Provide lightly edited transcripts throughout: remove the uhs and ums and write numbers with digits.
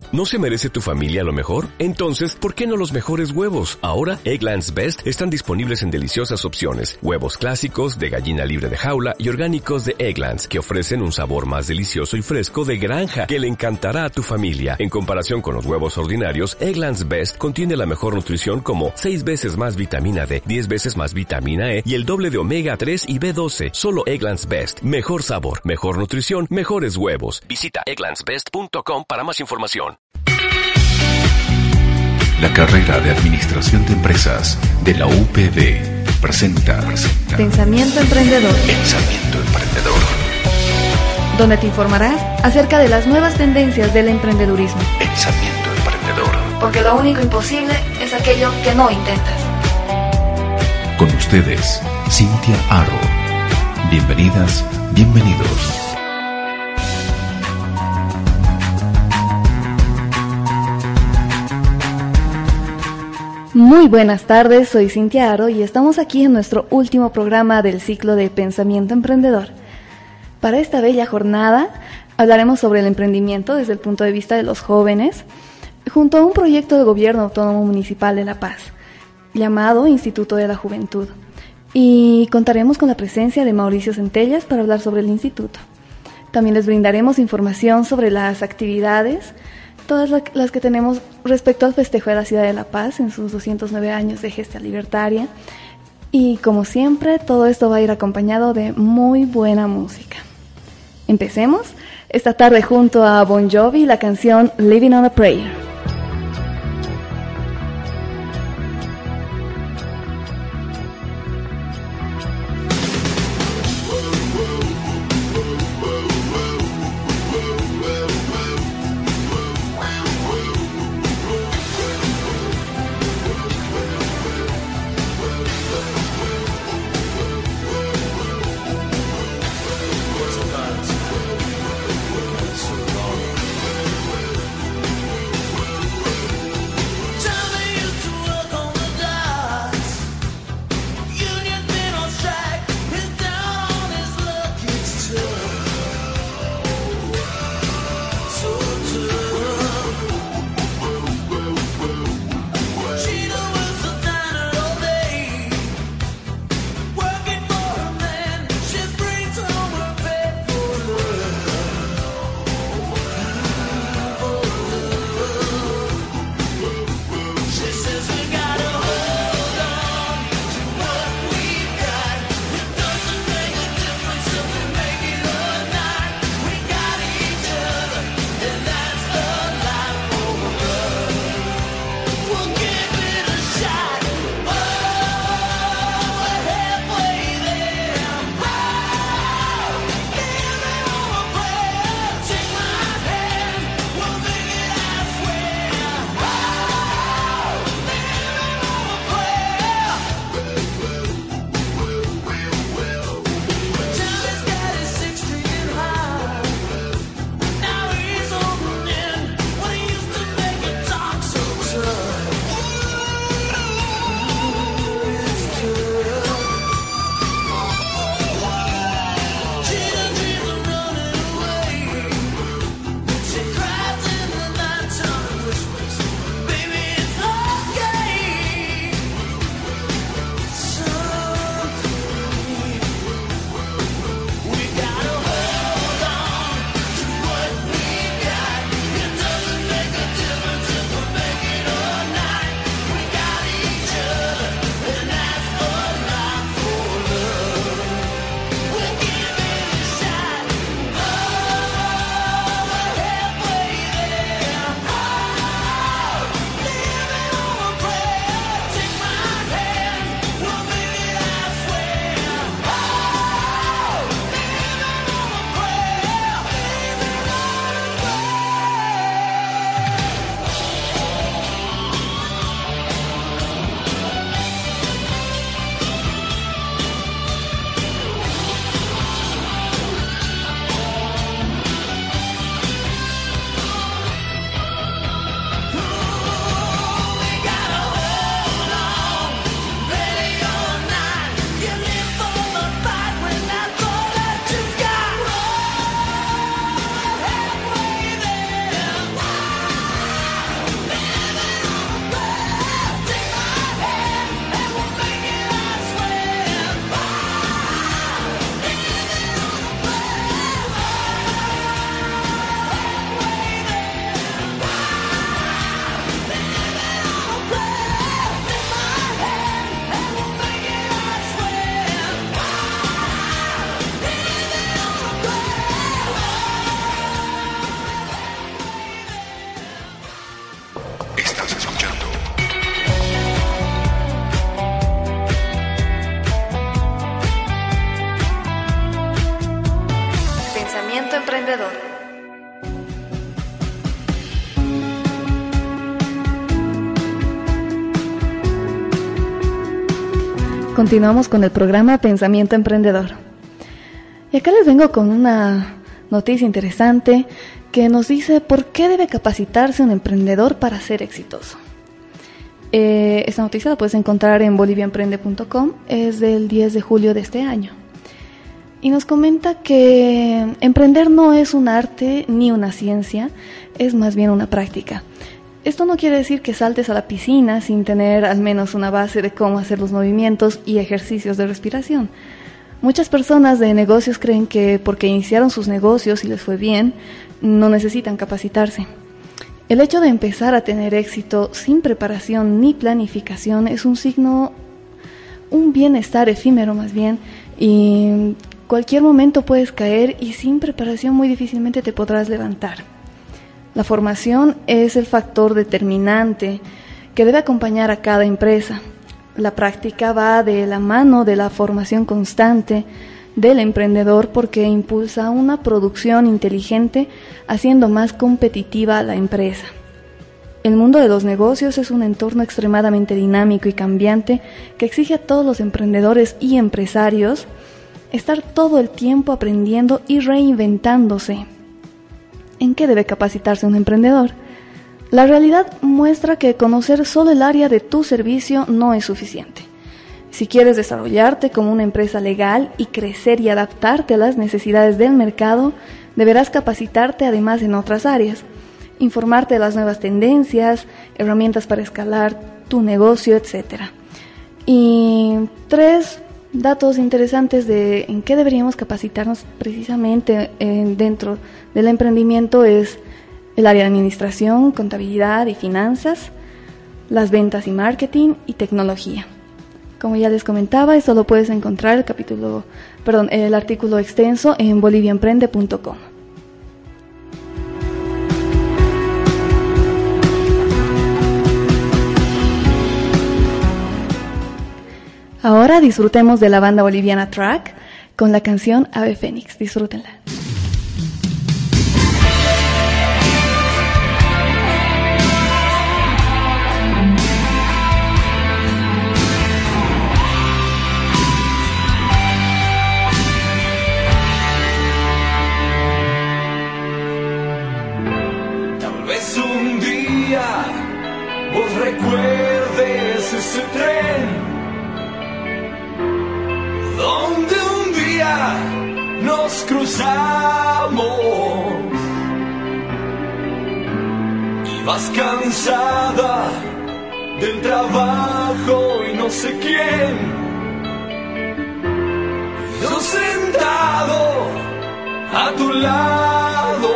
¿No se merece tu familia lo mejor? Entonces, ¿por qué no los mejores huevos? Ahora, Eggland's Best están disponibles en deliciosas opciones. Huevos clásicos, de gallina libre de jaula y orgánicos de Eggland's, que ofrecen un sabor más delicioso y fresco de granja que le encantará a tu familia. En comparación con los huevos ordinarios, Eggland's Best contiene la mejor nutrición como 6 veces más vitamina D, 10 veces más vitamina E y el doble de omega 3 y B12. Solo Eggland's Best. Mejor sabor, mejor nutrición, mejores huevos. Visita egglandsbest.com para más información. La carrera de Administración de Empresas de la UPB presenta Pensamiento Emprendedor. Pensamiento Emprendedor. Donde te informarás acerca de las nuevas tendencias del emprendedurismo. Pensamiento Emprendedor. Porque lo único imposible es aquello que no intentas. Con ustedes, Cintia Aro. Bienvenidas, bienvenidos. Muy buenas tardes, soy Cintia Aro y estamos aquí en nuestro último programa del ciclo de Pensamiento Emprendedor. Para esta bella jornada hablaremos sobre el emprendimiento desde el punto de vista de los jóvenes, junto a un proyecto de gobierno autónomo municipal de La Paz, llamado Instituto de la Juventud. Y contaremos con la presencia de Mauricio Centellas para hablar sobre el instituto. También les brindaremos información sobre las actividades, todas las que tenemos respecto al festejo de la ciudad de La Paz en sus 209 años de gesta libertaria. Y como siempre, todo esto va a ir acompañado de muy buena música. Empecemos esta tarde junto a Bon Jovi la canción Living on a Prayer. Estás escuchando Pensamiento Emprendedor. Continuamos con el programa Pensamiento Emprendedor. Y acá les vengo con una noticia interesante que nos dice por qué debe capacitarse un emprendedor para ser exitoso. Esta noticia la puedes encontrar en boliviaemprende.com, es del 10 de julio de este año. Y nos comenta que emprender no es un arte ni una ciencia, es más bien una práctica. Esto no quiere decir que saltes a la piscina sin tener al menos una base de cómo hacer los movimientos y ejercicios de respiración. Muchas personas de negocios creen que porque iniciaron sus negocios y les fue bien, no necesitan capacitarse. El hecho de empezar a tener éxito sin preparación ni planificación es un signo, un bienestar efímero más bien, y cualquier momento puedes caer y sin preparación muy difícilmente te podrás levantar. La formación es el factor determinante que debe acompañar a cada empresa. La práctica va de la mano de la formación constante del emprendedor porque impulsa una producción inteligente, haciendo más competitiva a la empresa. El mundo de los negocios es un entorno extremadamente dinámico y cambiante que exige a todos los emprendedores y empresarios estar todo el tiempo aprendiendo y reinventándose. ¿En qué debe capacitarse un emprendedor? La realidad muestra que conocer solo el área de tu servicio no es suficiente. Si quieres desarrollarte como una empresa legal y crecer y adaptarte a las necesidades del mercado, deberás capacitarte además en otras áreas, informarte de las nuevas tendencias, herramientas para escalar tu negocio, etc. Y 3 datos interesantes de en qué deberíamos capacitarnos precisamente dentro del emprendimiento es el área de administración, contabilidad y finanzas, las ventas y marketing y tecnología. Como ya les comentaba, esto lo puedes encontrar el artículo extenso en boliviaemprende.com. Ahora disfrutemos de la banda boliviana Track con la canción Ave Fénix. Disfrútenla. Tal vez un día vos recuerdes ese tren donde un día nos cruzamos y vas cansada del trabajo y no sé quién, y yo sentado a tu lado.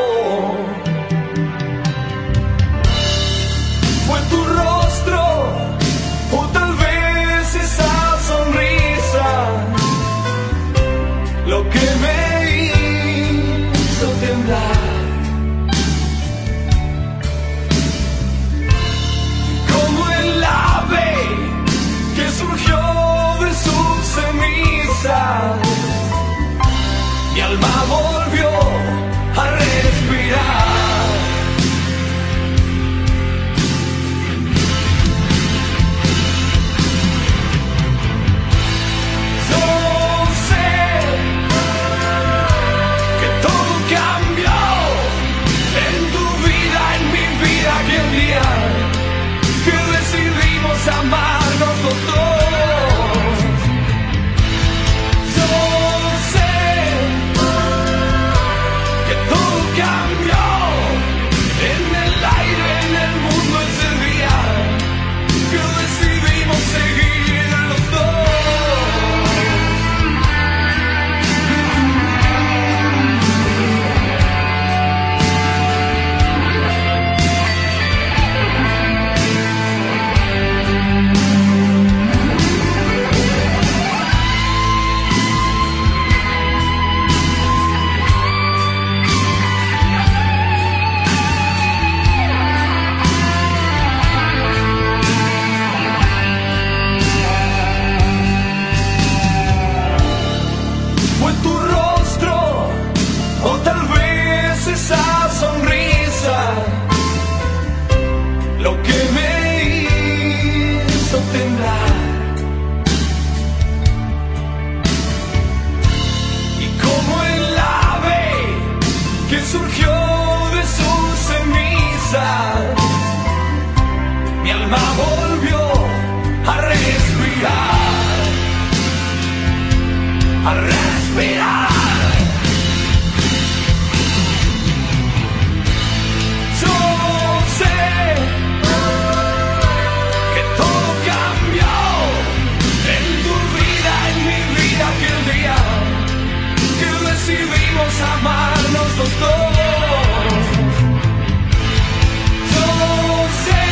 Fue tu rostro o tal vez esa sonrisa lo que me hizo temblar. Como el ave que surgió de sus cenizas, mi alma volvió a respirar. lo que me hizo temblar. Y como el ave que surgió de sus cenizas, mi alma volvió a respirar, a respirar. Decidimos amarnos los dos. Yo sé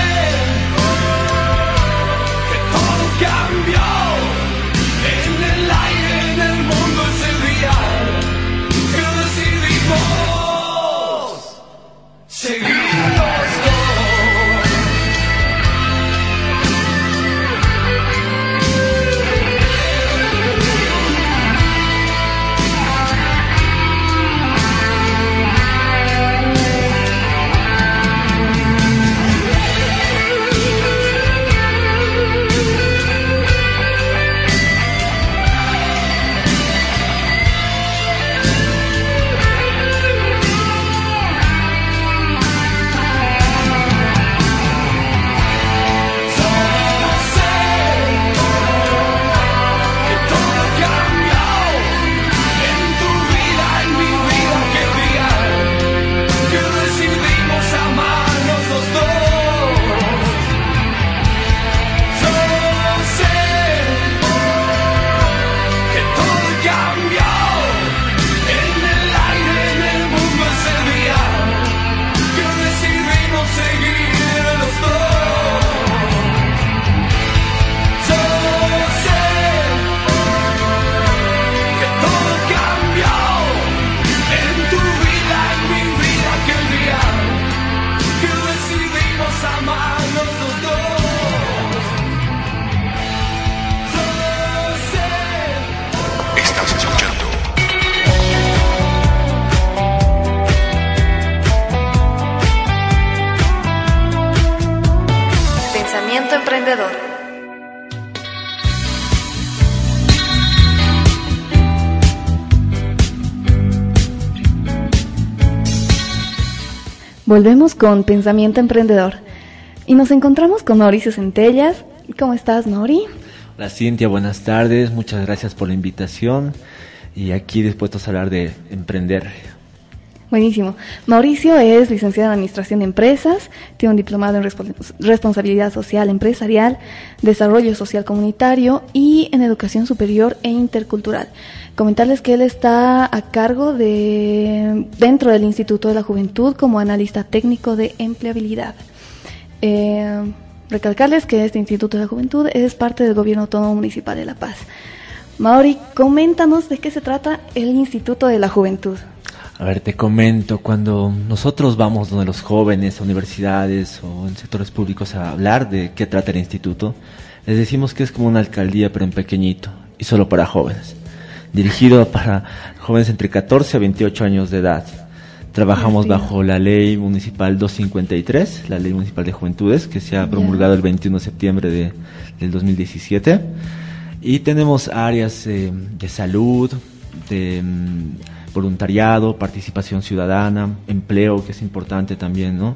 que todo cambió en el aire, en el mundo ese día que decidimos seguir los dos. Emprendedor. Volvemos con Pensamiento Emprendedor y nos encontramos con Mauricio Centellas. ¿Cómo estás, Mauri? Hola, Cintia, buenas tardes, muchas gracias por la invitación y aquí dispuestos a hablar de emprender. Buenísimo. Mauricio es licenciado en Administración de Empresas, tiene un diplomado en Responsabilidad Social Empresarial, Desarrollo Social Comunitario y en Educación Superior e Intercultural. Comentarles que él está a cargo dentro del Instituto de la Juventud como analista técnico de empleabilidad. Recalcarles que este Instituto de la Juventud es parte del Gobierno Autónomo Municipal de La Paz. Mauri, coméntanos de qué se trata el Instituto de la Juventud. A ver, te comento, cuando nosotros vamos donde los jóvenes, a universidades o en sectores públicos a hablar de qué trata el instituto, les decimos que es como una alcaldía pero en pequeñito y solo para jóvenes, dirigido para jóvenes entre 14 a 28 años de edad. Trabajamos bajo la ley municipal 253, la ley municipal de juventudes, que se ha promulgado el 21 de septiembre del 2017, y tenemos áreas de salud, de voluntariado, participación ciudadana, empleo, que es importante también, ¿no?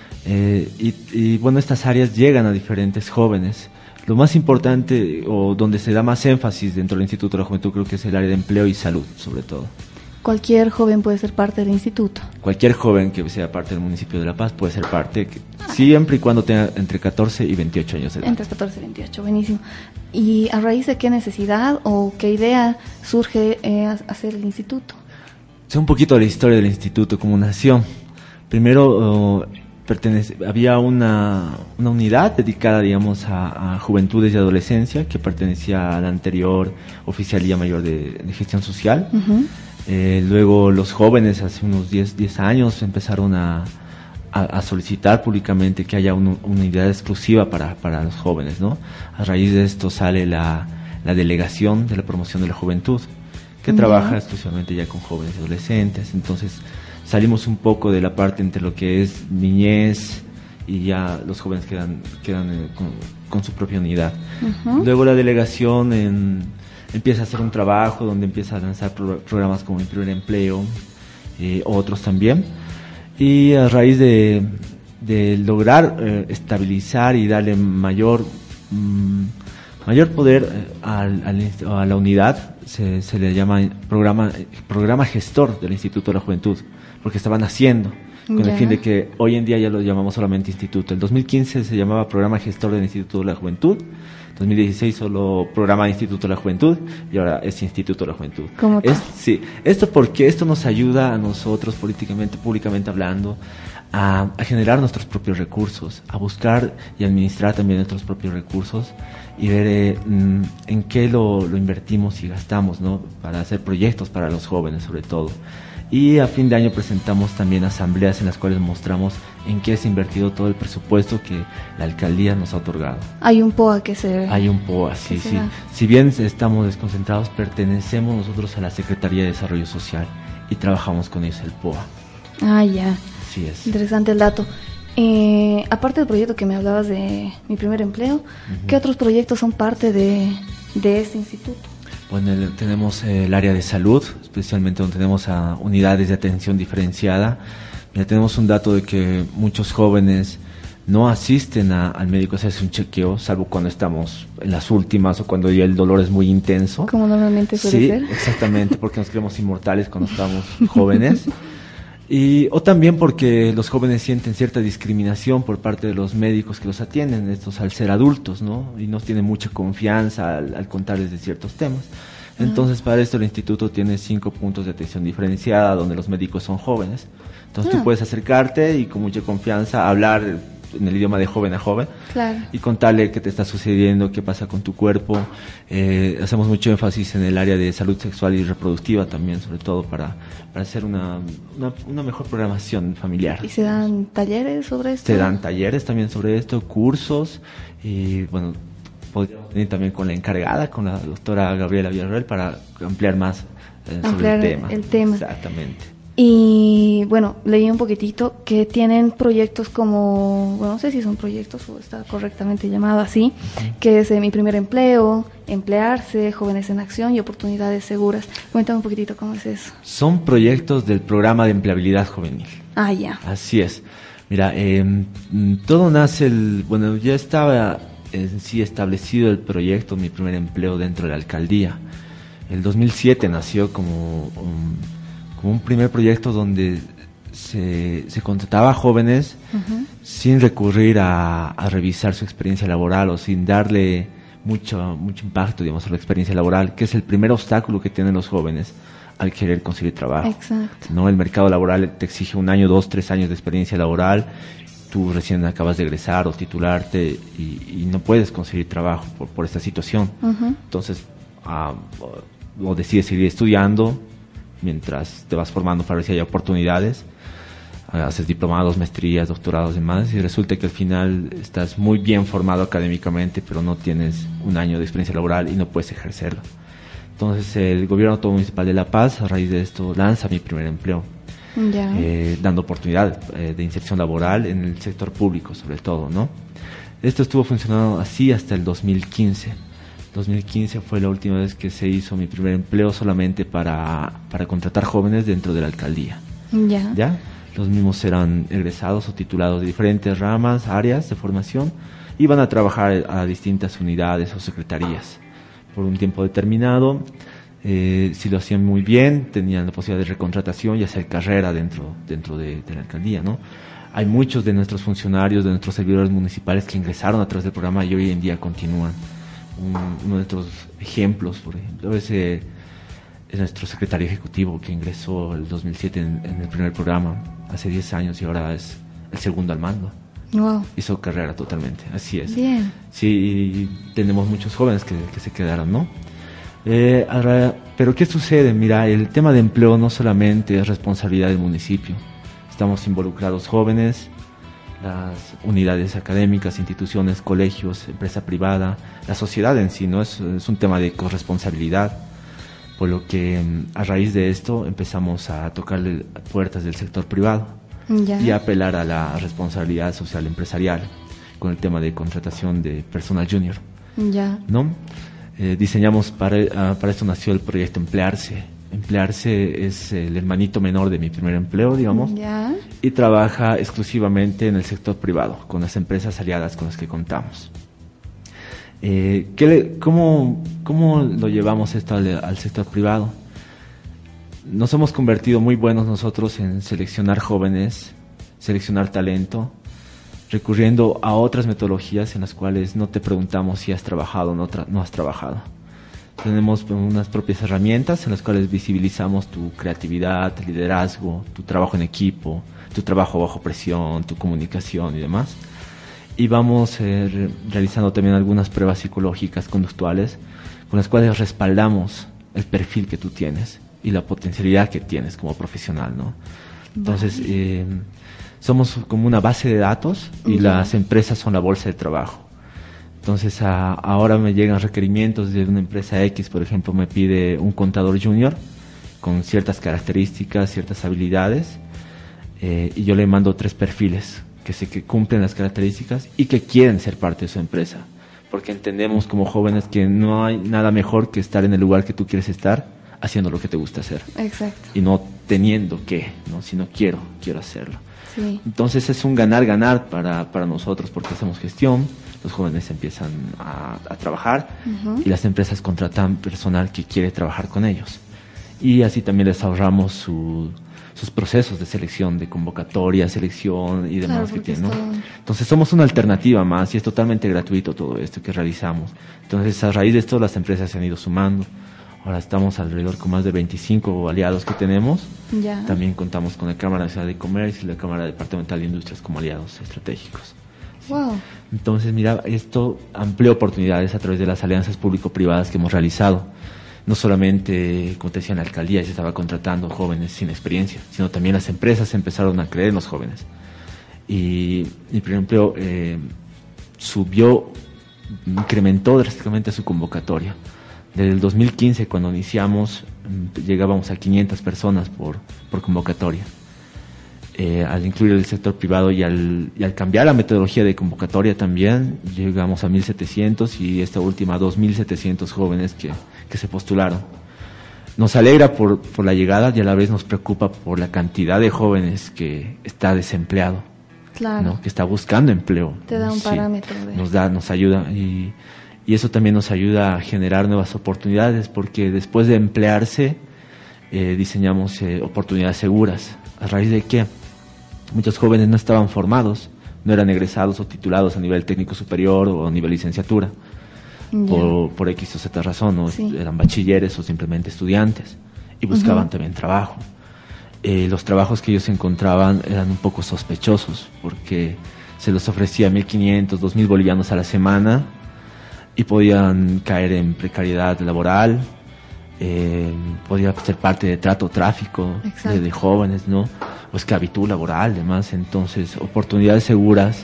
Y bueno, estas áreas llegan a diferentes jóvenes. Lo más importante, o donde se da más énfasis dentro del Instituto de la Juventud, creo que es el área de empleo y salud, sobre todo. Cualquier joven puede ser parte del instituto. Cualquier joven que sea parte del municipio de La Paz puede ser parte, siempre y cuando tenga entre 14 y 28 años de edad. Entre 14 y 28, buenísimo. ¿Y a raíz de qué necesidad o qué idea surge hacer el instituto? Sé un poquito de la historia del instituto, cómo nació. Primero había una unidad dedicada, digamos, a juventudes y adolescencia, que pertenecía a la anterior Oficialía Mayor de Gestión Social. Uh-huh. Luego los jóvenes, hace unos 10 años, empezaron a solicitar públicamente que haya una unidad exclusiva para los jóvenes, ¿no? A raíz de esto sale la Delegación de la Promoción de la Juventud, que trabaja exclusivamente ya con jóvenes y adolescentes. Entonces salimos un poco de la parte entre lo que es niñez y ya los jóvenes quedan con su propia unidad. Luego la delegación empieza a hacer un trabajo donde empieza a lanzar programas como Mi Primer Empleo, otros también, y a raíz de lograr estabilizar y darle mayor poder a la unidad, se le llama programa gestor del Instituto de la Juventud, porque estaban haciendo con el fin de que hoy en día ya lo llamamos solamente instituto. El 2015 se llamaba programa gestor del Instituto de la Juventud, 2016 solo programa Instituto de la Juventud y ahora es Instituto de la Juventud. Sí, esto porque esto nos ayuda a nosotros públicamente hablando, a generar nuestros propios recursos, a buscar y administrar también nuestros propios recursos y ver en qué lo invertimos y gastamos, ¿no? Para hacer proyectos para los jóvenes sobre todo. Y a fin de año presentamos también asambleas en las cuales mostramos en qué se ha invertido todo el presupuesto que la alcaldía nos ha otorgado. Hay un POA que se... Hay un POA, sí. Si bien estamos desconcentrados, pertenecemos nosotros a la Secretaría de Desarrollo Social y trabajamos con ellos el POA. Ah, ya. Así es. Interesante el dato. Aparte del proyecto que me hablabas de Mi Primer Empleo, ¿qué otros proyectos son parte de este instituto? Bueno, tenemos el área de salud, especialmente donde tenemos unidades de atención diferenciada. Ya tenemos un dato de que muchos jóvenes no asisten al médico a hacerse un chequeo, salvo cuando estamos en las últimas o cuando ya el dolor es muy intenso. Como normalmente suele ser. Sí, exactamente, porque nos creemos inmortales cuando estamos jóvenes. O también porque los jóvenes sienten cierta discriminación por parte de los médicos que los atienden, estos al ser adultos, ¿no? Y no tienen mucha confianza al contarles de ciertos temas. Entonces, para esto el instituto tiene 5 puntos de atención diferenciada donde los médicos son jóvenes. Entonces tú puedes acercarte y con mucha confianza hablar en el idioma de joven a joven, claro, y contarle qué te está sucediendo, qué pasa con tu cuerpo. Hacemos mucho énfasis en el área de salud sexual y reproductiva también, sobre todo para hacer una mejor programación familiar. ¿Y se dan talleres sobre esto? Se dan talleres también sobre esto, cursos, y bueno, podríamos venir también con la encargada, con la doctora Gabriela Villarreal, para ampliar más sobre el tema. Exactamente. Y bueno, leí un poquitito que tienen proyectos como, bueno, no sé si son proyectos o está correctamente llamado así, que es Mi Primer Empleo, Emplearse, Jóvenes en Acción y Oportunidades Seguras. Cuéntame un poquitito cómo es eso. Son proyectos del programa de empleabilidad juvenil. Ah, ya. Así es. Mira, todo nace, ya estaba en sí establecido el proyecto Mi Primer Empleo dentro de la alcaldía. El 2007 nació como un primer proyecto donde se contrataba a jóvenes sin recurrir a revisar su experiencia laboral o sin darle mucho impacto, digamos, a la experiencia laboral, que es el primer obstáculo que tienen los jóvenes al querer conseguir trabajo. Exacto. ¿No? El mercado laboral te exige 1 año, 2, 3 años de experiencia laboral. Tú recién acabas de egresar o titularte y no puedes conseguir trabajo por esta situación. Entonces, o decides seguir estudiando mientras te vas formando para ver si hay oportunidades, haces diplomados, maestrías, doctorados y demás, y resulta que al final estás muy bien formado académicamente, pero no tienes 1 año de experiencia laboral y no puedes ejercerlo. Entonces el Gobierno Autónomo Municipal de La Paz, a raíz de esto, lanza Mi Primer Empleo, dando oportunidades de inserción laboral en el sector público sobre todo, ¿no? Esto estuvo funcionando así hasta el 2015. 2015 fue la última vez que se hizo Mi Primer Empleo solamente para contratar jóvenes dentro de la alcaldía. ¿Ya? Los mismos eran egresados o titulados de diferentes ramas, áreas de formación, iban a trabajar a distintas unidades o secretarías por un tiempo determinado. Si lo hacían muy bien, tenían la posibilidad de recontratación y hacer carrera dentro de la alcaldía, ¿no? Hay muchos de nuestros funcionarios, de nuestros servidores municipales que ingresaron a través del programa y hoy en día continúan. Uno de nuestros ejemplos, por ejemplo, es nuestro secretario ejecutivo que ingresó el 2007 en el primer programa, hace 10 años, y ahora es el segundo al mando. Wow. Hizo carrera totalmente, así es. Bien. Sí, tenemos muchos jóvenes que se quedaron, ¿no? Pero ¿qué sucede? Mira, el tema de empleo no solamente es responsabilidad del municipio. Estamos involucrados jóvenes, las unidades académicas, instituciones, colegios, empresa privada, la sociedad en sí, ¿no? Es un tema de corresponsabilidad, por lo que a raíz de esto empezamos a tocarle puertas del sector privado. Ya. y apelar a la responsabilidad social empresarial con el tema de contratación de personal junior, Ya. ¿no? Diseñamos para esto nació el proyecto Emplearse. Emplearse es el hermanito menor de mi primer empleo, digamos, Ya. y trabaja exclusivamente en el sector privado, con las empresas aliadas con las que contamos. ¿Cómo lo llevamos esto al sector privado? Nos hemos convertido muy buenos nosotros en seleccionar jóvenes, seleccionar talento, recurriendo a otras metodologías en las cuales no te preguntamos si has trabajado o no has trabajado. Tenemos unas propias herramientas en las cuales visibilizamos tu creatividad, liderazgo, tu trabajo en equipo, tu trabajo bajo presión, tu comunicación y demás. Y vamos realizando también algunas pruebas psicológicas conductuales con las cuales respaldamos el perfil que tú tienes y la potencialidad que tienes como profesional, ¿no? Entonces, somos como una base de datos y las empresas son la bolsa de trabajo. Entonces, ahora me llegan requerimientos de una empresa X, por ejemplo, me pide un contador junior con ciertas características, ciertas habilidades, y yo le mando 3 perfiles que cumplen las características y que quieren ser parte de su empresa. Porque entendemos como jóvenes que no hay nada mejor que estar en el lugar que tú quieres estar, haciendo lo que te gusta hacer. Exacto. Y no teniendo que, ¿no? Sino quiero hacerlo. Sí. Entonces es un ganar-ganar para nosotros porque hacemos gestión, los jóvenes empiezan a trabajar y las empresas contratan personal que quiere trabajar con ellos. Y así también les ahorramos sus procesos de selección, de convocatoria, selección y demás que tienen, ¿no? Entonces somos una alternativa más y es totalmente gratuito todo esto que realizamos. Entonces a raíz de esto las empresas se han ido sumando. Ahora estamos alrededor con más de 25 aliados que tenemos. Ya. También contamos con la Cámara Nacional de Comercio y la Cámara Departamental de Industrias como aliados estratégicos. Wow. Entonces, mira, esto amplía oportunidades a través de las alianzas público-privadas que hemos realizado. No solamente, como te decía, en la alcaldía se estaba contratando jóvenes sin experiencia, sino también las empresas empezaron a creer en los jóvenes. Y mi primer empleo incrementó drásticamente su convocatoria. Desde el 2015, cuando iniciamos, llegábamos a 500 personas por convocatoria. Al incluir el sector privado y al cambiar la metodología de convocatoria también, llegamos a 1.700 y esta última 2.700 jóvenes que se postularon. Nos alegra por la llegada y a la vez nos preocupa por la cantidad de jóvenes que está desempleado, Claro. ¿no? Que está buscando empleo. Te da un parámetro. Nos ayuda y eso también nos ayuda a generar nuevas oportunidades porque después de emplearse diseñamos oportunidades seguras. ¿A raíz de qué? Muchos jóvenes no estaban formados, no eran egresados o titulados a nivel técnico superior o a nivel licenciatura, por X o Z razón, ¿no? Sí. Eran bachilleres o simplemente estudiantes y buscaban también trabajo. Los trabajos que ellos encontraban eran un poco sospechosos porque se les ofrecía 1.500, 2.000 bolivianos a la semana y podían caer en precariedad laboral, podía ser parte de tráfico de jóvenes, ¿no? O esclavitud laboral, además. Entonces, oportunidades seguras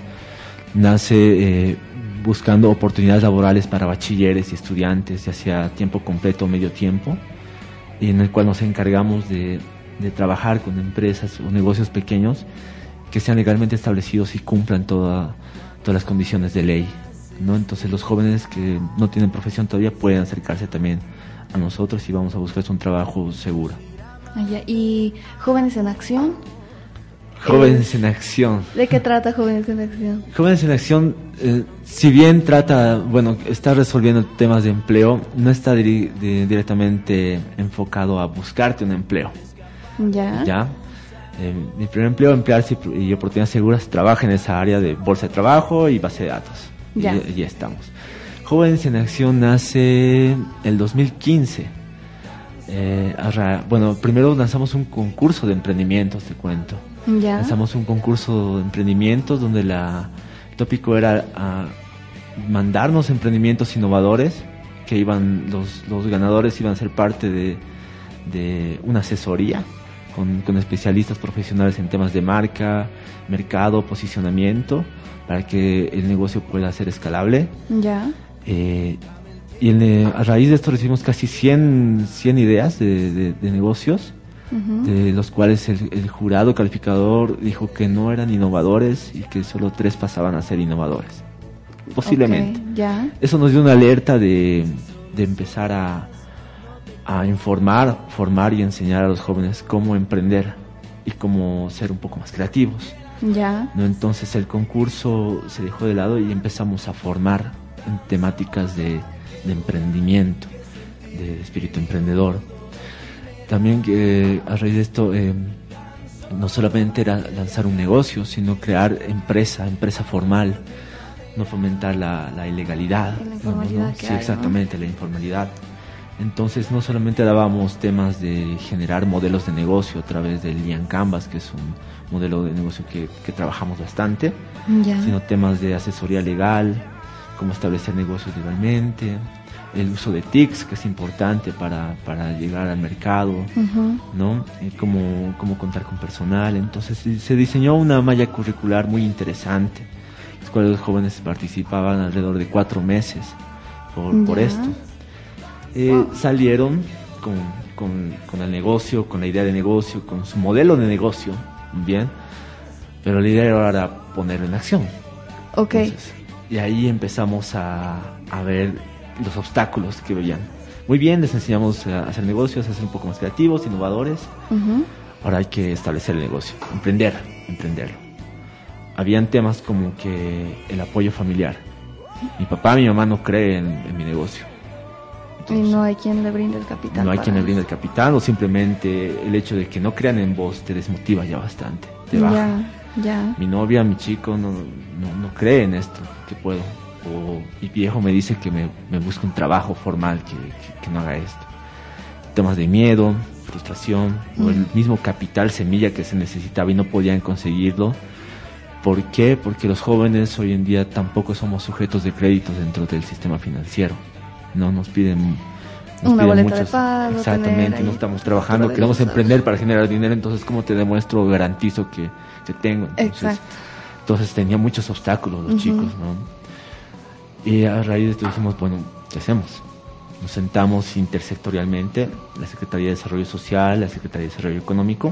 nace buscando oportunidades laborales para bachilleres y estudiantes, ya sea tiempo completo o medio tiempo, y en el cual nos encargamos de trabajar con empresas o negocios pequeños que sean legalmente establecidos y cumplan todas las condiciones de ley, ¿no? Entonces, los jóvenes que no tienen profesión todavía pueden acercarse también a nosotros y vamos a buscar un trabajo seguro. ¿Y Jóvenes en Acción? Jóvenes en Acción. ¿De qué trata Jóvenes en Acción? Jóvenes en Acción, si bien está resolviendo temas de empleo, no está directamente enfocado a buscarte un empleo. ¿Ya? Mi primer empleo, Emplearse y Oportunidades Seguras, trabaja en esa área de bolsa de trabajo y base de datos. Ya estamos. Jóvenes en Acción nace el 2015. Primero lanzamos un concurso de emprendimientos, te cuento. Lanzamos un concurso de emprendimientos donde el tópico era mandarnos emprendimientos innovadores que los ganadores iban a ser parte de una asesoría con especialistas profesionales en temas de marca, mercado, posicionamiento, para que el negocio pueda ser escalable. A raíz de esto recibimos casi 100 ideas de negocios de los cuales el jurado calificador dijo que no eran innovadores y que solo 3 pasaban a ser innovadores. Posiblemente. Okay, ya. Eso nos dio una alerta de empezar a informar, formar y enseñar a los jóvenes cómo emprender y cómo ser un poco más creativos. Ya. ¿No? Entonces el concurso se dejó de lado y empezamos a formar en temáticas de emprendimiento, de espíritu emprendedor. También a raíz de esto no solamente era lanzar un negocio, sino crear empresa formal, no fomentar la ilegalidad. Y la informalidad, ¿no? que Sí, hay, exactamente, la informalidad. Entonces no solamente dábamos temas de generar modelos de negocio a través del Lean Canvas, que es un modelo de negocio que trabajamos bastante, Ya. sino temas de asesoría legal, cómo establecer negocios legalmente, el uso de TICs, que es importante para llegar al mercado, ¿no? Cómo contar con personal. Entonces se diseñó una malla curricular muy interesante, los cuales los jóvenes participaban alrededor de 4 meses por Ya. esto. Salieron con el negocio, con la idea de negocio, con su modelo de negocio, bien, pero la idea era ponerlo en acción. Ok. Entonces, y ahí empezamos a ver los obstáculos que veían. Muy bien, les enseñamos a hacer negocios, a ser un poco más creativos, innovadores. Ahora hay que establecer el negocio, emprenderlo. Habían temas como que el apoyo familiar. Mi papá, mi mamá no creen en mi negocio. Entonces, Y no hay quien le brinde el capital. no hay para- quien le brinde el capital, o simplemente el hecho de que no crean en vos te desmotiva ya bastante, te baja. Ya. Mi novia, mi chico no cree en esto, que puedo. O mi viejo me dice que me busque un trabajo formal, que no haga esto. Temas de miedo, frustración, o el mismo capital semilla que se necesitaba y no podían conseguirlo. ¿Por qué? Porque los jóvenes hoy en día tampoco somos sujetos de créditos dentro del sistema financiero. No nos piden Una boleta de muchos, pago, exactamente, tener no ahí estamos trabajando, todo de queremos los emprender para generar dinero, entonces ¿cómo te demuestro, garantizo que tengo? Exacto. Entonces tenía muchos obstáculos los chicos, ¿no? Y a raíz de esto dijimos, bueno, ¿qué hacemos? Nos sentamos intersectorialmente, la Secretaría de Desarrollo Social, la Secretaría de Desarrollo Económico,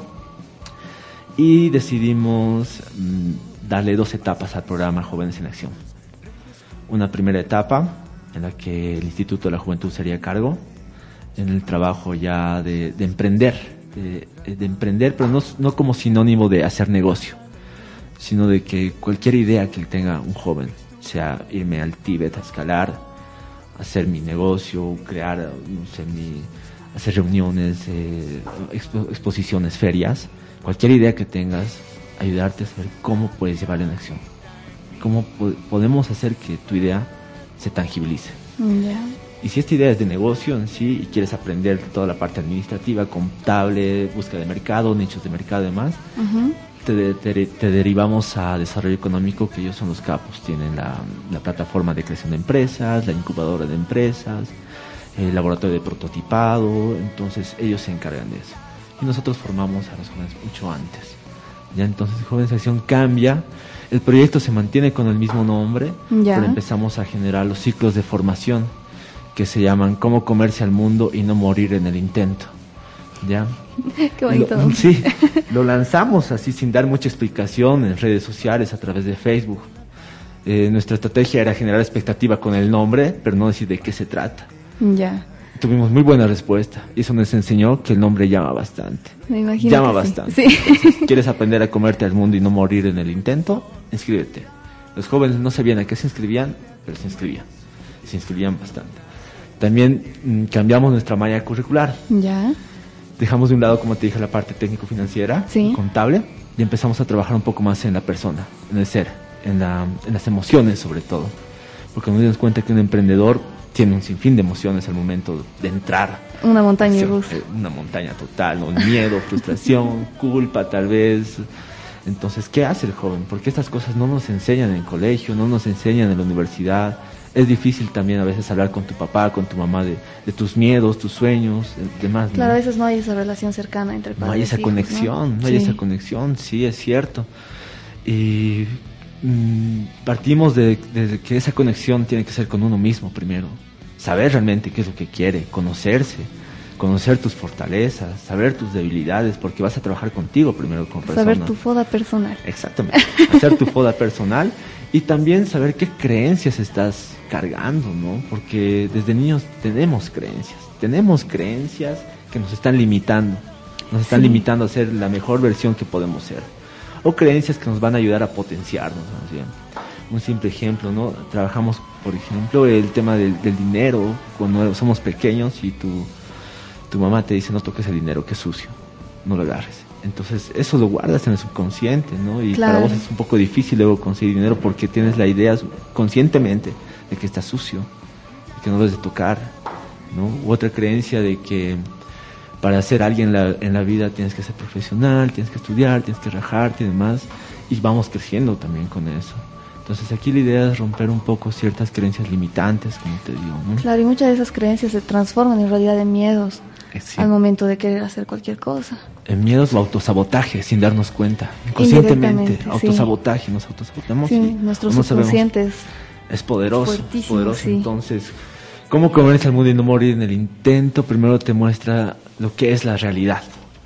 y decidimos darle 2 etapas al programa Jóvenes en Acción. Una primera etapa en la que el Instituto de la Juventud se haría cargo en el trabajo ya de emprender, de emprender, pero no como sinónimo de hacer negocio, sino de que cualquier idea que tenga un joven, sea irme al Tíbet a escalar, hacer mi negocio, crear, no sé, hacer reuniones, exposiciones, ferias, cualquier idea que tengas, ayudarte a saber cómo puedes llevarla en acción, cómo podemos hacer que tu idea se tangibilice. Ya. Y si esta idea es de negocio en sí y quieres aprender toda la parte administrativa, contable, búsqueda de mercado, nichos de mercado y demás, te derivamos a desarrollo económico, que ellos son los capos. Tienen la plataforma de creación de empresas, la incubadora de empresas, el laboratorio de prototipado. Entonces ellos se encargan de eso y nosotros formamos a los jóvenes mucho antes. Ya, entonces Jóvenes en Acción cambia, el proyecto se mantiene con el mismo nombre, Ya. pero empezamos a generar los ciclos de formación que se llaman Cómo comerse al mundo y no morir en el intento. ¿Ya? Qué bonito. Sí, lo lanzamos así sin dar mucha explicación en redes sociales, a través de Facebook. Nuestra estrategia era generar expectativa con el nombre, pero no decir de qué se trata. Ya. Tuvimos muy buena respuesta y eso nos enseñó que el nombre llama bastante. Me imagino. Llama que bastante. Sí. Entonces, ¿quieres aprender a comerte al mundo y no morir en el intento? Inscríbete. Los jóvenes no sabían a qué se inscribían, pero se inscribían bastante. También cambiamos nuestra malla curricular. Ya. Dejamos de un lado, como te dije, la parte técnico-financiera, Sí. contable, y empezamos a trabajar un poco más en la persona, en el ser, en las emociones sobre todo. Porque nos dimos cuenta que un emprendedor tiene un sinfín de emociones al momento de entrar. Una montaña Sí, rusa. una montaña total, ¿no? Miedo, frustración, culpa tal vez. Entonces, ¿qué hace el joven? Porque estas cosas no nos enseñan en el colegio, no nos enseñan en la universidad. Es difícil también a veces hablar con tu papá, con tu mamá de tus miedos, tus sueños, demás, ¿no? Claro, a veces no hay esa relación cercana entre padres. No hay esa e hijos, conexión, no hay esa conexión, sí, es cierto. Y partimos de que esa conexión tiene que ser con uno mismo primero. Saber realmente qué es lo que quiere, conocerse, conocer tus fortalezas, saber tus debilidades, porque vas a trabajar contigo primero como persona. Saber tu foda personal. Exactamente, hacer tu foda personal y también saber qué creencias estás cargando, ¿no? Porque desde niños tenemos creencias que nos están limitando, limitando a ser la mejor versión que podemos ser, o creencias que nos van a ayudar a potenciarnos, más bien. Un simple ejemplo, ¿no? Trabajamos, por ejemplo, el tema del dinero cuando somos pequeños y tu mamá te dice no toques el dinero, que es sucio, no lo agarres. Entonces eso lo guardas en el subconsciente, ¿no? Y claro, para vos es un poco difícil luego conseguir dinero porque tienes la idea conscientemente de que está sucio, de que no lo debes de tocar, ¿no? U otra creencia de que para ser alguien en la vida tienes que ser profesional, tienes que estudiar, tienes que rajarte y demás, y vamos creciendo también con eso. Entonces aquí la idea es romper un poco ciertas creencias limitantes, como te digo, ¿no? Claro, y muchas de esas creencias se transforman en realidad en miedos Sí. al momento de querer hacer cualquier cosa. En miedos o autosabotaje, sin darnos cuenta. Inconscientemente, Indirectamente, autosabotaje, nos autosabotamos. Sí, y nuestro no sabemos. subconsciente Es poderoso, fuertísimo, sí. Entonces, ¿cómo comerse al mundo y no morir en el intento? Primero te muestra lo que es la realidad.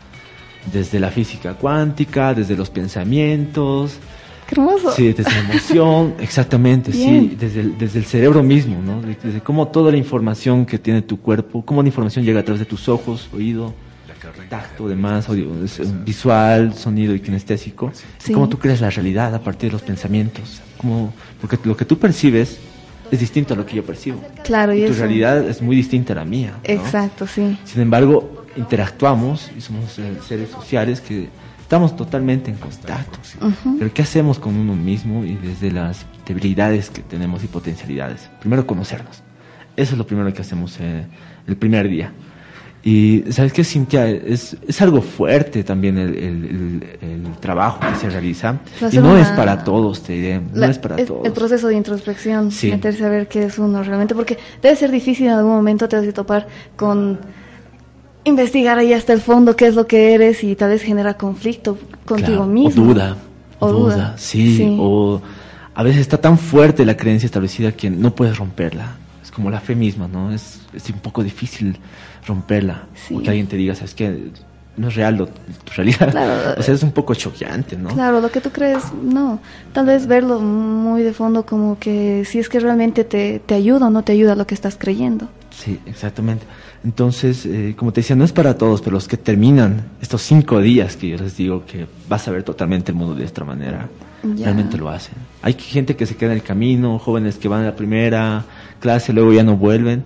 Desde la física cuántica, desde los pensamientos. ¡Qué hermoso! Sí, desde la emoción, exactamente, Bien. sí, desde el cerebro mismo, ¿no? Desde cómo toda la información que tiene tu cuerpo, cómo la información llega a través de tus ojos, oído, tacto, demás, audio, visual, sonido y kinestésico. Sí. Y cómo tú creas la realidad a partir de los pensamientos. Porque lo que tú percibes es distinto a lo que yo percibo. Claro, y tu eso. realidad es muy distinta a la mía, ¿no? Exacto, sí. Sin embargo, interactuamos y somos seres sociales que estamos totalmente en contacto. Ujú. Pero ¿qué hacemos con uno mismo y desde las debilidades que tenemos y potencialidades? Primero conocernos. Eso es lo primero que hacemos el primer día. Y ¿sabes qué, Cintia? Es algo fuerte también el trabajo que se realiza. Y no es para todos, te diré. No es para todos. El proceso de introspección, Sí. meterse a ver qué es uno realmente, porque debe ser difícil en algún momento, te vas a topar con investigar ahí hasta el fondo qué es lo que eres y tal vez genera conflicto contigo Claro, mismo. O duda, sí. O a veces está tan fuerte la creencia establecida que no puedes romperla. Es como la fe misma, ¿no? Es un poco difícil romperla. Sí. O que alguien te diga, ¿sabes qué? No es real tu realidad. Claro. O sea, es un poco choqueante, ¿no? Claro, lo que tú crees, no. Tal vez verlo muy de fondo como que si es que realmente te ayuda o no te ayuda lo que estás creyendo. Sí, exactamente. Entonces, como te decía, no es para todos, pero los que terminan estos 5 días que yo les digo que vas a ver totalmente el mundo de esta manera, Ya. realmente lo hacen. Hay gente que se queda en el camino, jóvenes que van a la primera clase, luego ya no vuelven.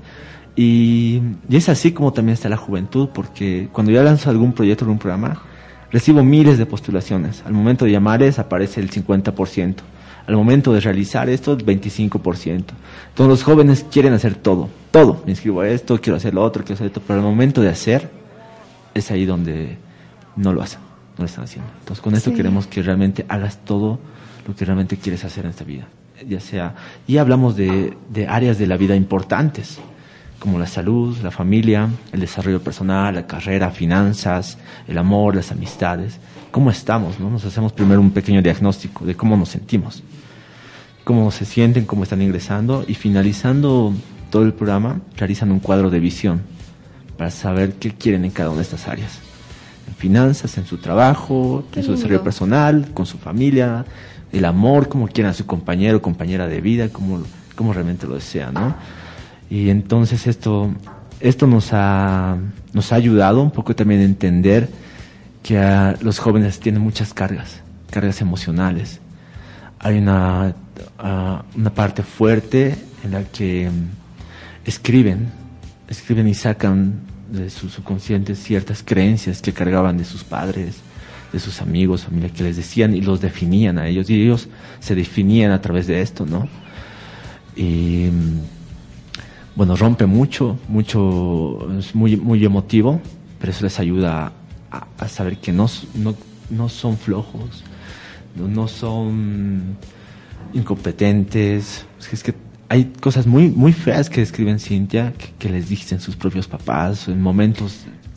Y es así como también está la juventud, porque cuando yo lanzo algún proyecto, algún programa, recibo miles de postulaciones. Al momento de llamarles aparece el 50%. Al momento de realizar esto, el 25%. Todos los jóvenes quieren hacer todo. Me inscribo a esto, quiero hacer lo otro, quiero hacer esto. Pero al momento de hacer, es ahí donde no lo hacen, no lo están haciendo. Entonces con esto Sí. queremos que realmente hagas todo lo que realmente quieres hacer en esta vida. Ya sea, y hablamos de áreas de la vida importantes, como la salud, la familia, el desarrollo personal, la carrera, finanzas, el amor, las amistades. ¿Cómo estamos, no? Nos hacemos primero un pequeño diagnóstico de cómo nos sentimos, cómo se sienten, cómo están ingresando, y finalizando todo el programa, realizan un cuadro de visión para saber qué quieren en cada una de estas áreas. En finanzas, en su trabajo, Qué en su lindo. desarrollo personal, con su familia, el amor, cómo quieren a su compañero o compañera de vida, cómo realmente lo desean, ¿no? Y entonces esto nos ha ayudado un poco también a entender que los jóvenes tienen muchas cargas emocionales. Hay una parte fuerte en la que escriben y sacan de su subconsciente ciertas creencias que cargaban de sus padres, de sus amigos, familia, que les decían y los definían a ellos, y ellos se definían a través de esto, ¿no? Y bueno, rompe mucho, es muy, muy emotivo, pero eso les ayuda a saber que no son flojos, no son incompetentes. Es que hay cosas muy, muy feas que describen Cintia, que les dicen sus propios papás, en momentos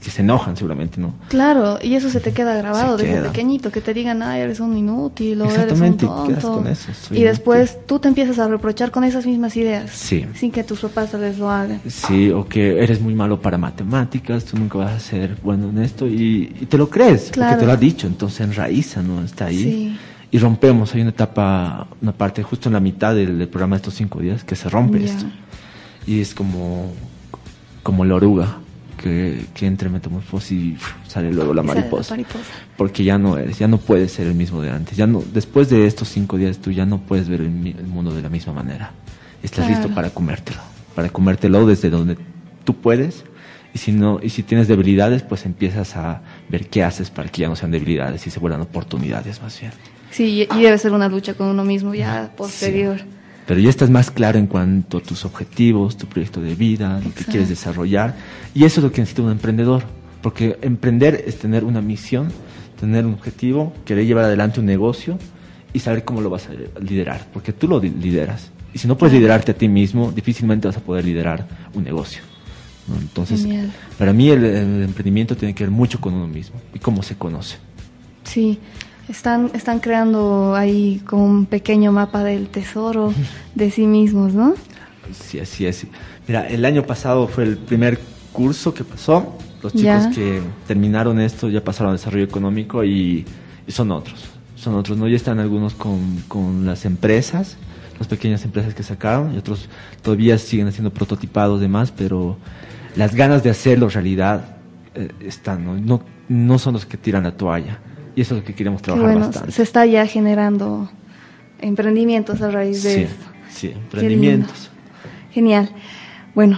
que se enojan seguramente, ¿no? Claro, y eso se te queda grabado Se desde queda. pequeñito, que te digan, ay, eres un inútil o eres un Exactamente, tonto. quedas con eso, soy Y después inútil. tú te empiezas a reprochar con esas mismas ideas, Sí. sin que tus papás tal vez lo hagan. Sí, o que eres muy malo para matemáticas, tú nunca vas a ser bueno en esto y te lo crees, Claro. porque te lo ha dicho, entonces enraiza, ¿no? Está ahí. Sí. Y rompemos, hay una etapa, una parte justo en la mitad del programa de estos 5 días que se rompe Ya. esto. Y es como la oruga que entra en metamorfosis y sale luego la Sale la mariposa. mariposa. Porque ya no puedes ser el mismo de antes. Ya no, después de estos 5 días tú ya no puedes ver el mundo de la misma manera. Estás Claro. listo para comértelo desde donde tú puedes. Y si tienes debilidades, pues empiezas a ver qué haces para que ya no sean debilidades y se vuelvan oportunidades más bien. Sí, y debe ser una lucha con uno mismo ya posterior. Sí. Pero ya estás más claro en cuanto a tus objetivos, tu proyecto de vida, lo que Exacto. quieres desarrollar. Y eso es lo que necesita un emprendedor. Porque emprender es tener una misión, tener un objetivo, querer llevar adelante un negocio y saber cómo lo vas a liderar. Porque tú lo lideras. Y si no puedes liderarte a ti mismo, difícilmente vas a poder liderar un negocio, ¿no? Entonces, Genial. para mí el emprendimiento tiene que ver mucho con uno mismo y cómo se conoce. Sí, están creando ahí como un pequeño mapa del tesoro de sí mismos, ¿no? Sí, así es. Mira, el año pasado fue el primer curso que pasó. Los chicos Ya. que terminaron esto ya pasaron a desarrollo económico y son otros, ¿no? Ya están algunos con las empresas, las pequeñas empresas que sacaron, y otros todavía siguen haciendo prototipados y demás, pero las ganas de hacerlo realidad están, ¿no? No son los que tiran la toalla. Y eso es lo que queremos Que trabajar bueno, bastante. se está ya generando emprendimientos a raíz de Sí, esto. sí, emprendimientos. Genial. Bueno,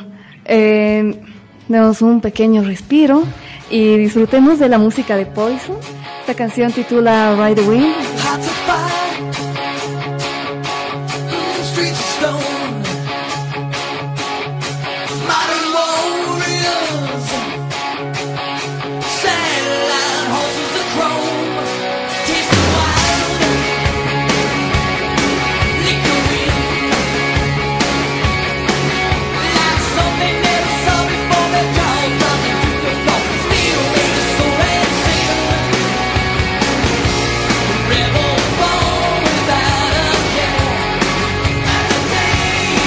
demos un pequeño respiro y disfrutemos de la música de Poison. Esta canción titula Ride the Wind. Hard to find. Streets of stone. Modern warriors. Satellite horses of chrome. Taste the wild. Lick the wind. Like something never saw before. The call coming to the floor. Steel made of soul and sin. Rebel born without a care. And the day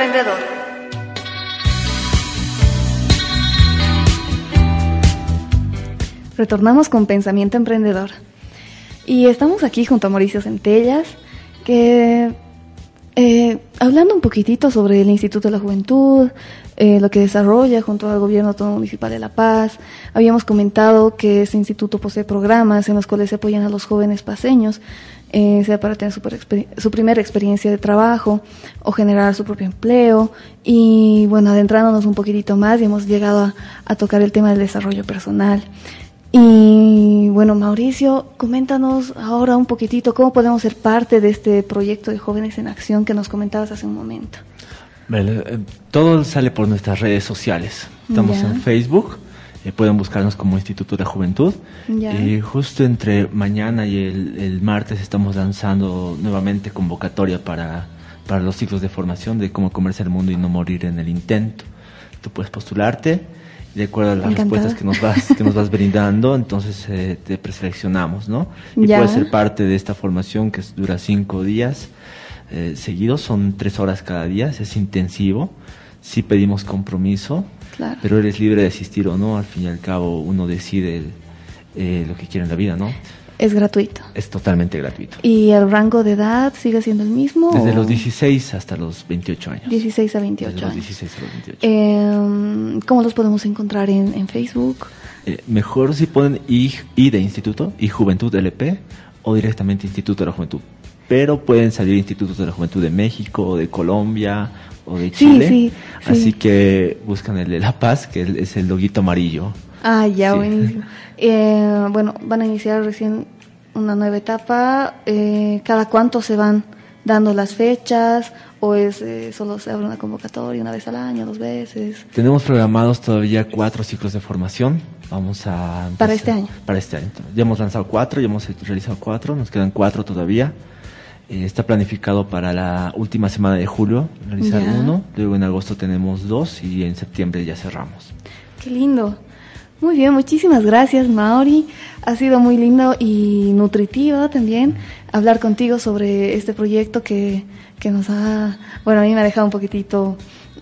emprendedor. Retornamos con Pensamiento Emprendedor. Y estamos aquí junto a Mauricio Centellas, que hablando un poquitito sobre el Instituto de la Juventud, lo que desarrolla junto al Gobierno Autónomo Municipal de La Paz. Habíamos comentado que este instituto posee programas en los cuales se apoyan a los jóvenes paceños, sea para tener su primera experiencia de trabajo o generar su propio empleo. Y bueno, adentrándonos un poquitito más, y hemos llegado a tocar el tema del desarrollo personal. Y bueno, Mauricio, coméntanos ahora un poquitito cómo podemos ser parte de este proyecto de Jóvenes en Acción que nos comentabas hace un momento. Todo sale por nuestras redes sociales. Estamos en Facebook, pueden buscarnos como Instituto de la Juventud. Y justo entre mañana y el martes estamos lanzando nuevamente convocatoria para los ciclos de formación de cómo comerse el mundo y no morir en el intento. Tú puedes postularte. De acuerdo a las respuestas que nos vas brindando, entonces te preseleccionamos, ¿no? Y puedes ser parte de esta formación que dura 5 días seguidos, son 3 horas cada día, es intensivo, sí pedimos compromiso, claro, pero eres libre de asistir o no, al fin y al cabo uno decide lo que quiere en la vida, ¿no? Es gratuito. Es totalmente gratuito. ¿Y el rango de edad sigue siendo el mismo? Desde los 16 hasta los 28 años. 16 a 28 Desde años. los 16 a los 28. ¿Cómo los podemos encontrar en Facebook? Mejor si ponen I de Instituto, y Juventud LP, o directamente Instituto de la Juventud. Pero pueden salir Institutos de la Juventud de México, o de Colombia, o de Chile. Sí. Así que buscan el de La Paz, que es el loguito amarillo. Ah, ya, Sí. buenísimo. Bueno, van a iniciar recién una nueva etapa. ¿Cada cuánto se van dando las fechas? ¿O solo se abre una convocatoria una vez al año, 2 veces? Tenemos programados todavía 4 ciclos de formación. Vamos a... ¿Para este año? Para este año. Ya hemos lanzado 4, ya hemos realizado 4, nos quedan 4 todavía. Está planificado para la última semana de julio realizar uno. Luego en agosto tenemos 2 y en septiembre ya cerramos. ¡Qué lindo! Muy bien, muchísimas gracias, Mauri. Ha sido muy lindo y nutritivo también hablar contigo sobre este proyecto que nos a mí me ha dejado un poquitito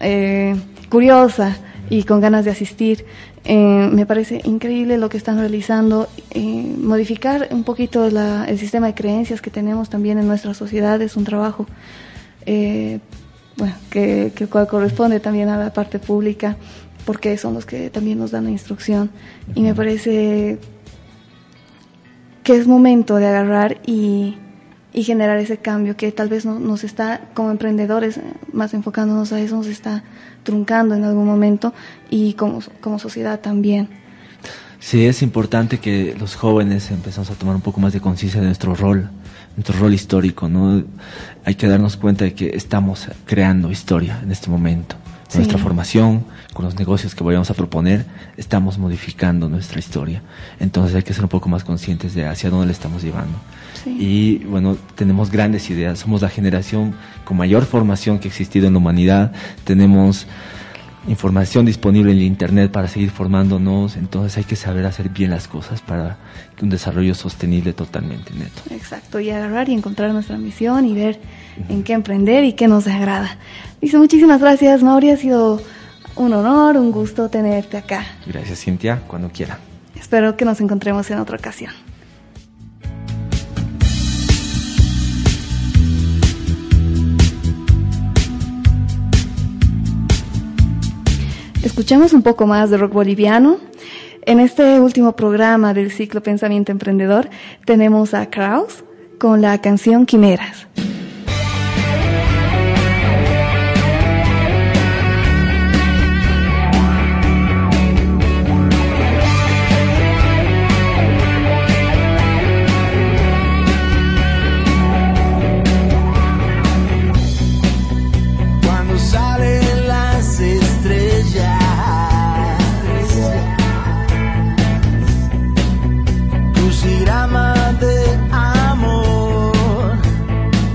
curiosa y con ganas de asistir. Me parece increíble lo que están realizando, modificar un poquito el sistema de creencias que tenemos también en nuestra sociedad. Es un trabajo que corresponde también a la parte pública, porque son los que también nos dan la instrucción. Y me parece que es momento de agarrar y generar ese cambio que tal vez nos está, como emprendedores, más enfocándonos a eso, nos está truncando en algún momento, y como sociedad también. Sí, es importante que los jóvenes empezamos a tomar un poco más de conciencia de nuestro rol histórico, ¿no? Hay que darnos cuenta de que estamos creando historia en este momento. Con nuestra formación, con los negocios que vayamos a proponer, estamos modificando nuestra historia. Entonces hay que ser un poco más conscientes de hacia dónde le estamos llevando. Sí. Y bueno, tenemos grandes ideas. Somos la generación con mayor formación que ha existido en la humanidad. Tenemos información disponible en el internet para seguir formándonos. Entonces hay que saber hacer bien las cosas para que un desarrollo sostenible totalmente neto. Exacto, y agarrar y encontrar nuestra misión y ver en qué emprender y qué nos agrada. Dice, muchísimas gracias, Mauri, ha sido un honor, un gusto tenerte acá. Gracias, Cintia, cuando quiera. Espero que nos encontremos en otra ocasión. Escuchamos un poco más de rock boliviano. En este último programa del ciclo Pensamiento Emprendedor tenemos a Kraus con la canción Quimeras. Crucigrama de amor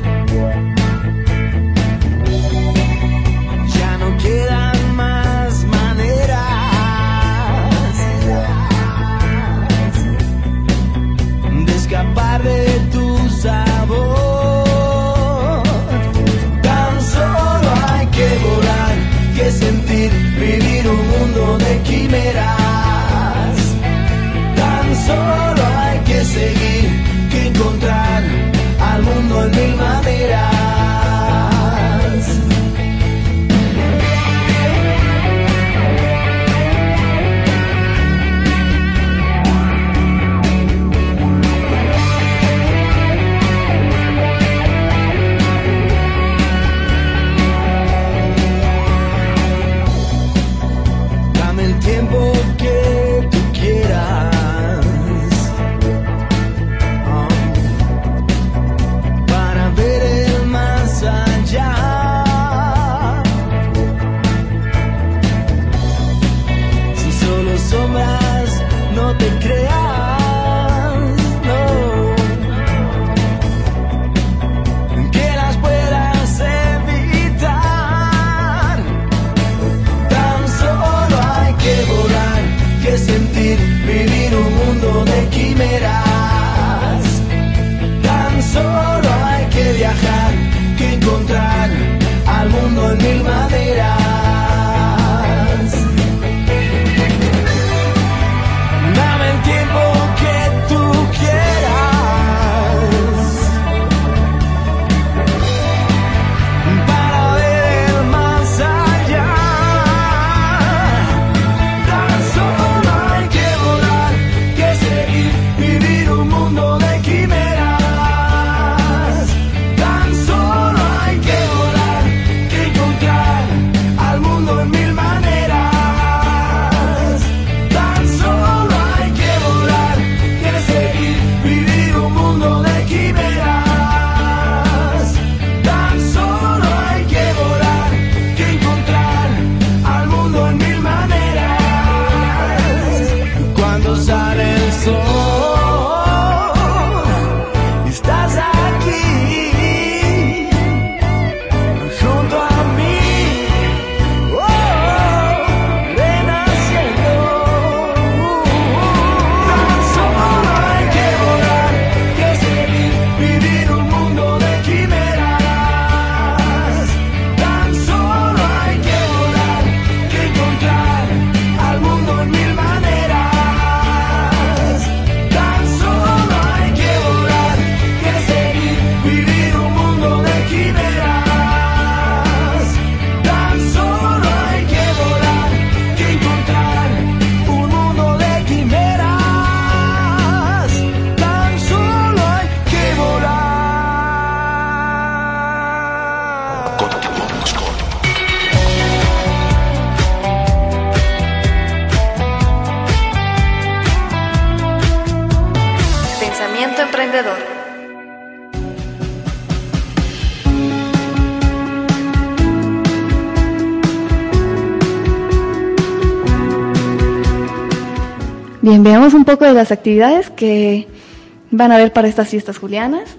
Bien, veamos un poco de las actividades que van a haber para estas fiestas julianas,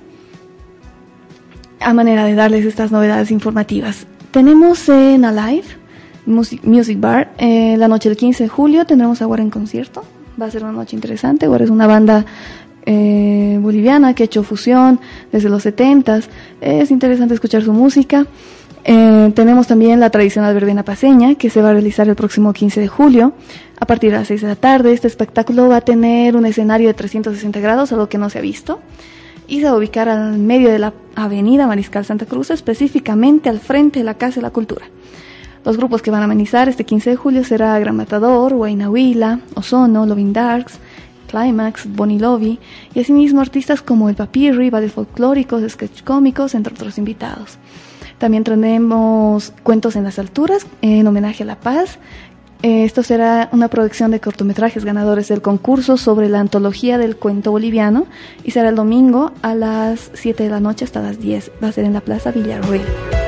a manera de darles estas novedades informativas. Tenemos en Alive Music Bar, la noche del 15 de julio tendremos a Guara en concierto. Va a ser una noche interesante. Guara es una banda boliviana que ha hecho fusión desde los 70s. Es interesante escuchar su música. Tenemos también la tradicional verbena paceña, que se va a realizar el próximo 15 de julio a partir de las 6 de la tarde. Este espectáculo va a tener un escenario de 360 grados, algo que no se ha visto, y se va a ubicar al medio de la avenida Mariscal Santa Cruz, específicamente al frente de la Casa de la Cultura. Los grupos que van a amenizar este 15 de julio será Gran Matador, Huayna, Ozono, Loving Darks, Climax, Bonnie Lovey, y asimismo artistas como El Papirri, Ballet Folclóricos, Sketch Cómicos, entre otros invitados. También tendremos Cuentos en las Alturas, en homenaje a La Paz. Esto será una producción de cortometrajes ganadores del concurso sobre la antología del cuento boliviano, y será el domingo a las 7 de la noche hasta las 10. Va a ser en la Plaza Villarruel.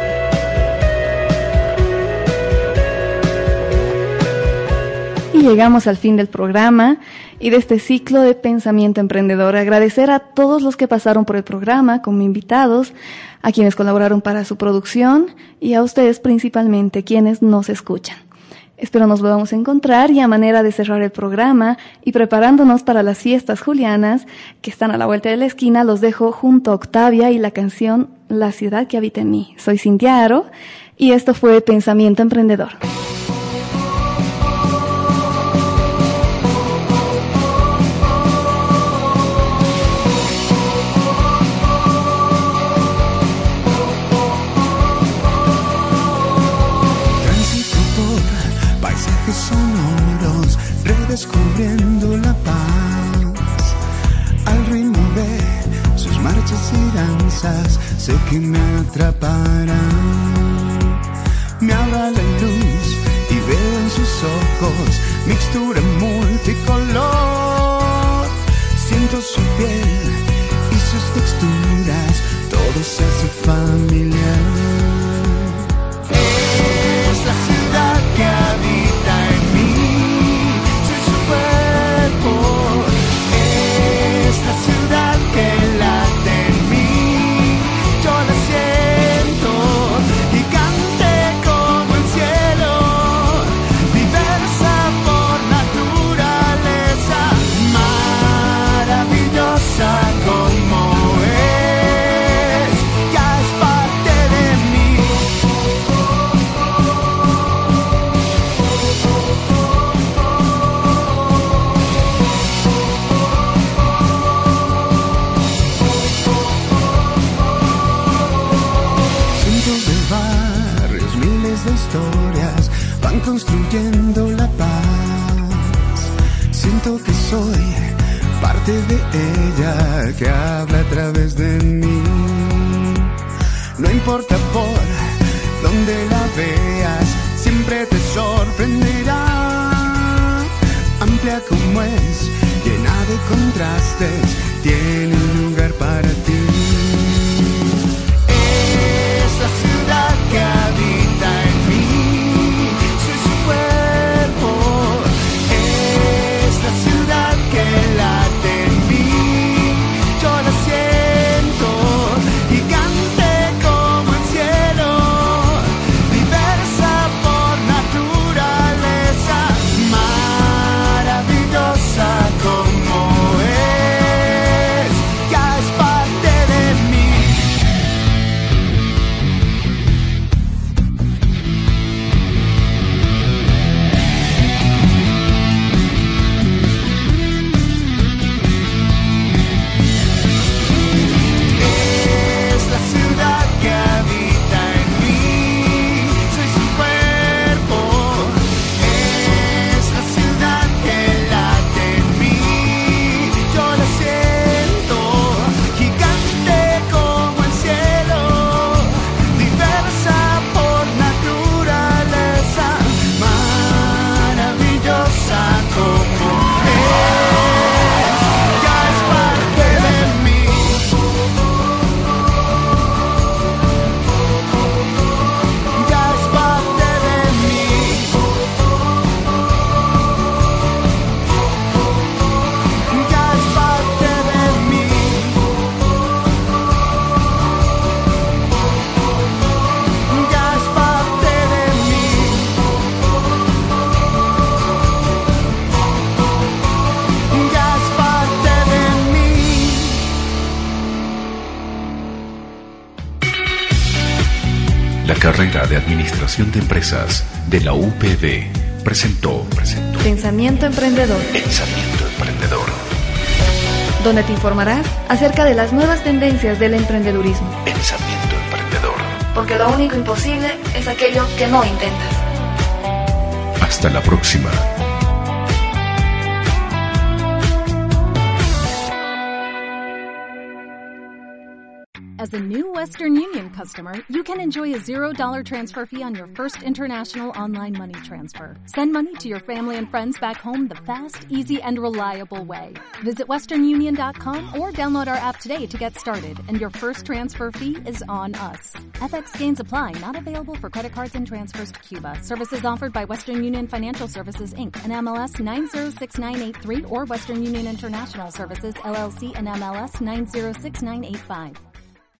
Y llegamos al fin del programa y de este ciclo de Pensamiento Emprendedor. Agradecer a todos los que pasaron por el programa como invitados, a quienes colaboraron para su producción y a ustedes principalmente, quienes nos escuchan. Espero nos volvamos a encontrar, y a manera de cerrar el programa y preparándonos para las fiestas julianas que están a la vuelta de la esquina, los dejo junto a Octavia y la canción La ciudad que habita en mí. Soy Cintia Aro y esto fue Pensamiento Emprendedor. Sonoros, redescubriendo la paz al ritmo de sus marchas y danzas. Sé que me atraparán, me habla la luz y veo en sus ojos mixtura multicolor. Siento su piel y sus texturas, todo se hace familiar. Es la ciudad que habita en mí, soy su cuerpo. Es la ciudad que late en mí, yo la siento y cante como el cielo, diversa por naturaleza, maravillosa como es, ya es parte de mí. De historias van construyendo la paz. Siento que soy parte de ella, que habla a través de mí. No importa por donde la veas, siempre te sorprenderá. Amplia como es, llena de contrastes, tiene un lugar para ti. Es la ciudad que habita en mí, soy su cuerpo. Es la ciudad que late en mí, yo la siento y cante como el cielo, diversa por naturaleza, maravillosa como es, ya Carrera de Administración de Empresas de la UPB presentó Pensamiento Emprendedor, Pensamiento Emprendedor. donde te informarás acerca de las nuevas tendencias del emprendedurismo. Pensamiento Emprendedor. Porque lo único imposible es aquello que no intentas. Hasta la próxima. As a new Western Union customer, you can enjoy a $0 transfer fee on your first international online money transfer. Send money to your family and friends back home the fast, easy, and reliable way. Visit westernunion.com or download our app today to get started, and your first transfer fee is on us. FX gains apply, not available for credit cards and transfers to Cuba. Services offered by Western Union Financial Services, Inc., and MLS 906983, or Western Union International Services, LLC, and MLS 906985.